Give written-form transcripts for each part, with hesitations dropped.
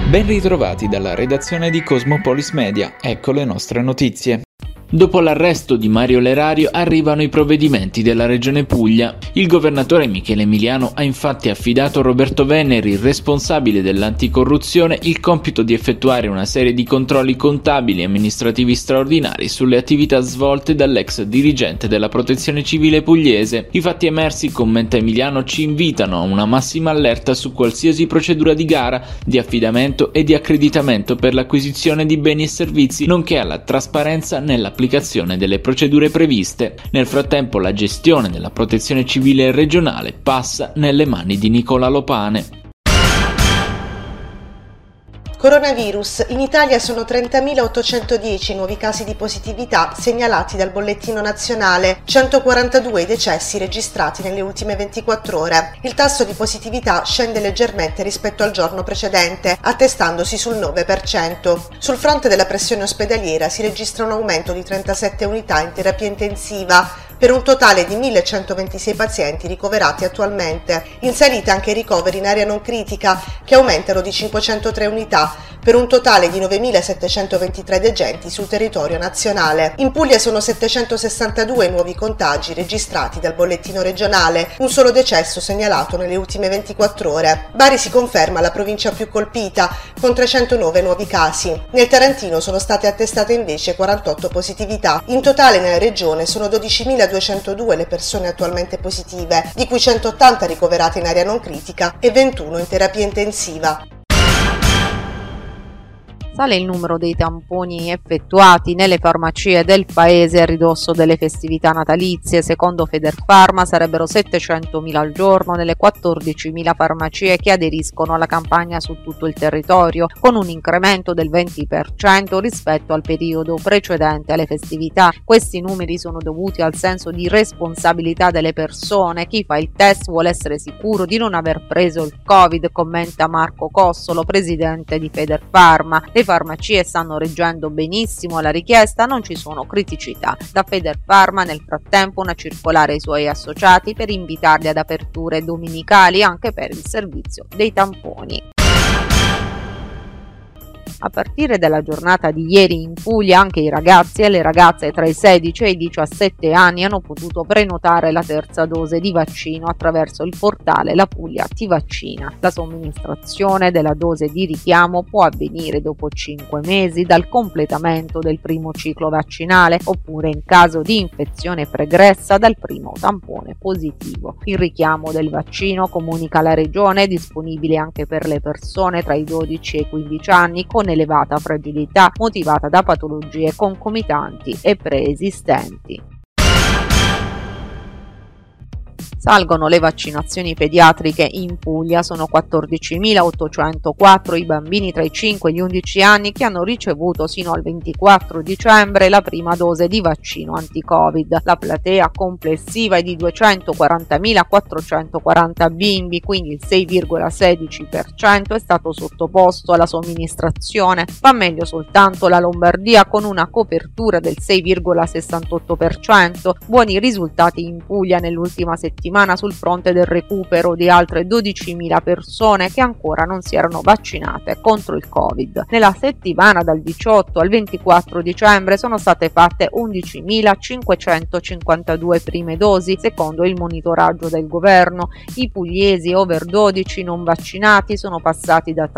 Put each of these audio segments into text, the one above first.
Ben ritrovati dalla redazione di Cosmopolis Media, ecco le nostre notizie. Dopo l'arresto di Mario Lerario arrivano i provvedimenti della Regione Puglia. Il governatore Michele Emiliano ha infatti affidato a Roberto Veneri, responsabile dell'anticorruzione, il compito di effettuare una serie di controlli contabili e amministrativi straordinari sulle attività svolte dall'ex dirigente della Protezione Civile pugliese. I fatti emersi, commenta Emiliano, ci invitano a una massima allerta su qualsiasi procedura di gara, di affidamento e di accreditamento per l'acquisizione di beni e servizi, nonché alla trasparenza nell'applicazione delle procedure previste. Nel frattempo la gestione della Protezione Civile regionale passa nelle mani di Nicola Lopane. Coronavirus. In Italia sono 30.810 nuovi casi di positività segnalati dal bollettino nazionale, 142 i decessi registrati nelle ultime 24 ore. Il tasso di positività scende leggermente rispetto al giorno precedente, attestandosi sul 9%. Sul fronte della pressione ospedaliera si registra un aumento di 37 unità in terapia intensiva, per un totale di 1.126 pazienti ricoverati attualmente. In salita anche i ricoveri in area non critica, che aumentano di 503 unità, per un totale di 9.723 degenti sul territorio nazionale. In Puglia sono 762 nuovi contagi registrati dal bollettino regionale, un solo decesso segnalato nelle ultime 24 ore. Bari si conferma la provincia più colpita, con 309 nuovi casi. Nel Tarantino sono state attestate invece 48 positività. In totale nella regione sono 12.202 le persone attualmente positive, di cui 180 ricoverate in area non critica e 21 in terapia intensiva. Sale il numero dei tamponi effettuati nelle farmacie del paese a ridosso delle festività natalizie. Secondo Federfarma sarebbero 700.000 al giorno nelle 14.000 farmacie che aderiscono alla campagna su tutto il territorio, con un incremento del 20% rispetto al periodo precedente alle festività. Questi numeri sono dovuti al senso di responsabilità delle persone. Chi fa il test vuole essere sicuro di non aver preso il Covid, commenta Marco Cossolo, presidente di Federfarma. Le farmacie stanno reggendo benissimo alla richiesta, non ci sono criticità. Da Federfarma nel frattempo una circolare ai suoi associati per invitarli ad aperture domenicali anche per il servizio dei tamponi. A partire dalla giornata di ieri in Puglia anche i ragazzi e le ragazze tra i 16 e i 17 anni hanno potuto prenotare la terza dose di vaccino attraverso il portale La Puglia Ti Vaccina. La somministrazione della dose di richiamo può avvenire dopo 5 mesi dal completamento del primo ciclo vaccinale oppure in caso di infezione pregressa dal primo tampone positivo. Il richiamo del vaccino, comunica la Regione, è disponibile anche per le persone tra i 12 e i 15 anni con elevata fragilità motivata da patologie concomitanti e preesistenti. Salgono le vaccinazioni pediatriche in Puglia, sono 14.804 i bambini tra i 5 e gli 11 anni che hanno ricevuto sino al 24 dicembre la prima dose di vaccino anti-Covid. La platea complessiva è di 240.440 bimbi, quindi il 6,16% è stato sottoposto alla somministrazione. Va meglio soltanto la Lombardia con una copertura del 6,68%. Buoni risultati in Puglia nell'ultima settimana sul fronte del recupero di altre 12.000 persone che ancora non si erano vaccinate contro il Covid. Nella settimana dal 18 al 24 dicembre sono state fatte 11.552 prime dosi, secondo il monitoraggio del governo. I pugliesi over 12 non vaccinati sono passati da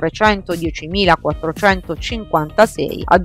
310.456 a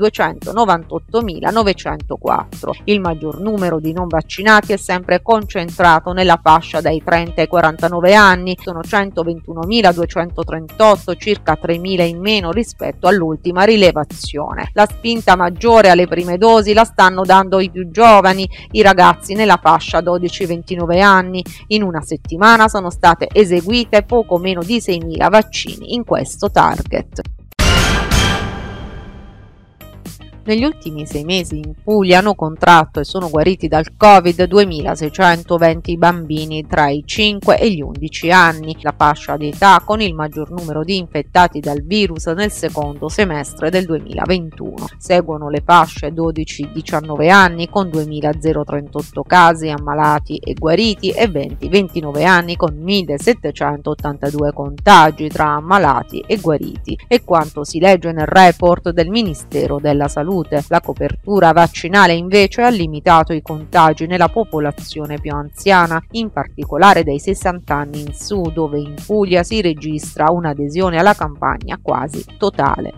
298.904. Il maggior numero di non vaccinati è sempre concentrato nella fascia dai 30 ai 49 anni, sono 121.238, circa 3.000 in meno rispetto all'ultima rilevazione. La spinta maggiore alle prime dosi la stanno dando i più giovani, i ragazzi nella fascia 12-29 anni. In una settimana sono state eseguite poco meno di 6.000 vaccini in questo target. Negli ultimi 6 mesi in Puglia hanno contratto e sono guariti dal Covid 2.620 bambini tra i 5 e gli 11 anni, la fascia di età con il maggior numero di infettati dal virus nel secondo semestre del 2021. Seguono le fasce 12-19 anni con 2.038 casi ammalati e guariti e 20-29 anni con 1.782 contagi tra ammalati e guariti. E quanto si legge nel report del Ministero della Salute. La copertura vaccinale invece ha limitato i contagi nella popolazione più anziana, in particolare dai 60 anni in su, dove in Puglia si registra un'adesione alla campagna quasi totale.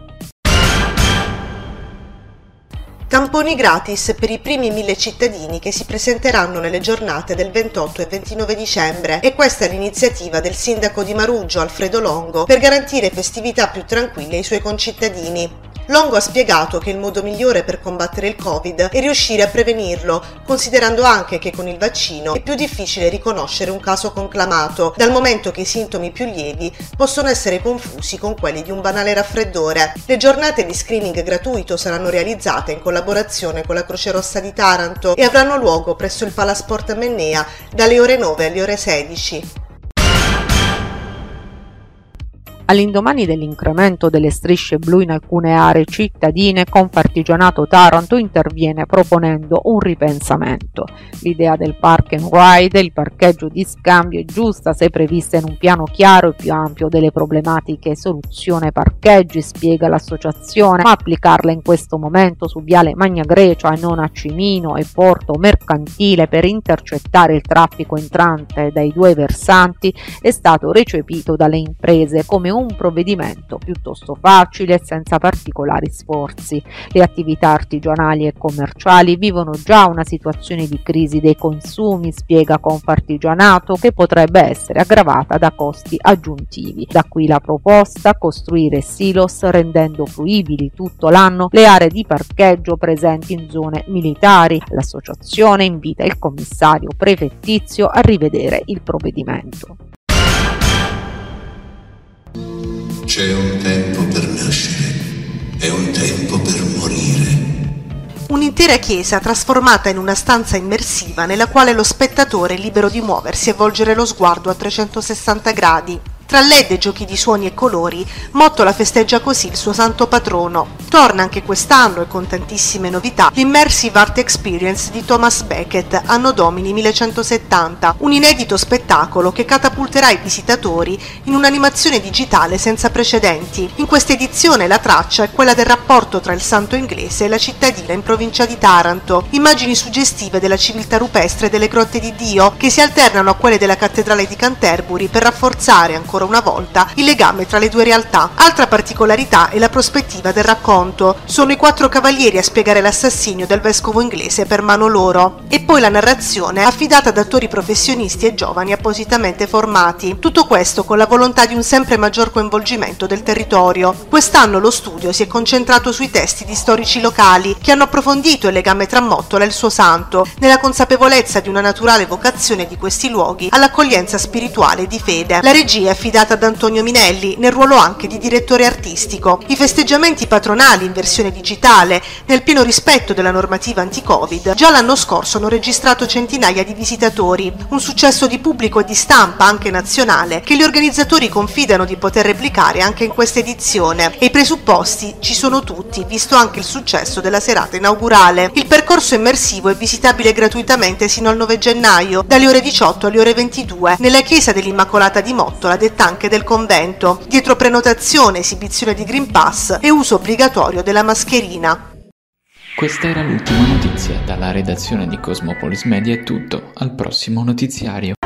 Tamponi gratis per i primi 1000 cittadini che si presenteranno nelle giornate del 28 e 29 dicembre e questa è l'iniziativa del sindaco di Maruggio, Alfredo Longo, per garantire festività più tranquille ai suoi concittadini. Longo ha spiegato che il modo migliore per combattere il Covid è riuscire a prevenirlo, considerando anche che con il vaccino è più difficile riconoscere un caso conclamato, dal momento che i sintomi più lievi possono essere confusi con quelli di un banale raffreddore. Le giornate di screening gratuito saranno realizzate in collaborazione con la Croce Rossa di Taranto e avranno luogo presso il Palasport Mennea dalle ore 9 alle ore 16. All'indomani dell'incremento delle strisce blu in alcune aree cittadine, Confartigianato Taranto interviene proponendo un ripensamento. L'idea del park and ride, il parcheggio di scambio, è giusta se prevista in un piano chiaro e più ampio delle problematiche e soluzione parcheggi, spiega l'associazione, ma applicarla in questo momento su Viale Magna Grecia e non a Cimino e Porto Mercantile per intercettare il traffico entrante dai due versanti è stato recepito dalle imprese come un provvedimento piuttosto facile e senza particolari sforzi. Le attività artigianali e commerciali vivono già una situazione di crisi dei consumi, spiega Confartigianato, che potrebbe essere aggravata da costi aggiuntivi. Da qui la proposta: costruire silos rendendo fruibili tutto l'anno le aree di parcheggio presenti in zone militari. L'associazione invita il commissario prefettizio a rivedere il provvedimento. C'è un tempo per nascere e un tempo per morire. Un'intera chiesa trasformata in una stanza immersiva nella quale lo spettatore è libero di muoversi e volgere lo sguardo a 360 gradi. Tra LED e giochi di suoni e colori, Mottola festeggia così il suo santo patrono. Torna anche quest'anno e con tantissime novità l'Immersive Art Experience di Thomas Becket, Anno Domini 1170, un inedito spettacolo che catapulterà i visitatori in un'animazione digitale senza precedenti. In questa edizione la traccia è quella del rapporto tra il santo inglese e la cittadina in provincia di Taranto, immagini suggestive della civiltà rupestre delle grotte di Dio che si alternano a quelle della cattedrale di Canterbury per rafforzare ancora una volta il legame tra le due realtà. Altra particolarità è la prospettiva del racconto. Sono i 4 cavalieri a spiegare l'assassinio del vescovo inglese per mano loro. E poi la narrazione affidata ad attori professionisti e giovani appositamente formati. Tutto questo con la volontà di un sempre maggior coinvolgimento del territorio. Quest'anno lo studio si è concentrato sui testi di storici locali che hanno approfondito il legame tra Mottola e il suo santo, nella consapevolezza di una naturale vocazione di questi luoghi all'accoglienza spirituale e di fede. La regia è affidata ad Antonio Minelli, nel ruolo anche di direttore artistico. I festeggiamenti patronali in versione digitale, nel pieno rispetto della normativa anti-Covid, già l'anno scorso hanno registrato centinaia di visitatori, un successo di pubblico e di stampa anche nazionale che gli organizzatori confidano di poter replicare anche in questa edizione. E i presupposti ci sono tutti, visto anche il successo della serata inaugurale. Il percorso immersivo è visitabile gratuitamente sino al 9 gennaio, dalle ore 18 alle ore 22, nella chiesa dell'Immacolata di Mottola, detta anche del convento, dietro prenotazione, esibizione di Green Pass e uso obbligatorio della mascherina. Questa era l'ultima notizia. Dalla redazione di Cosmopolis Media è tutto. Al prossimo notiziario.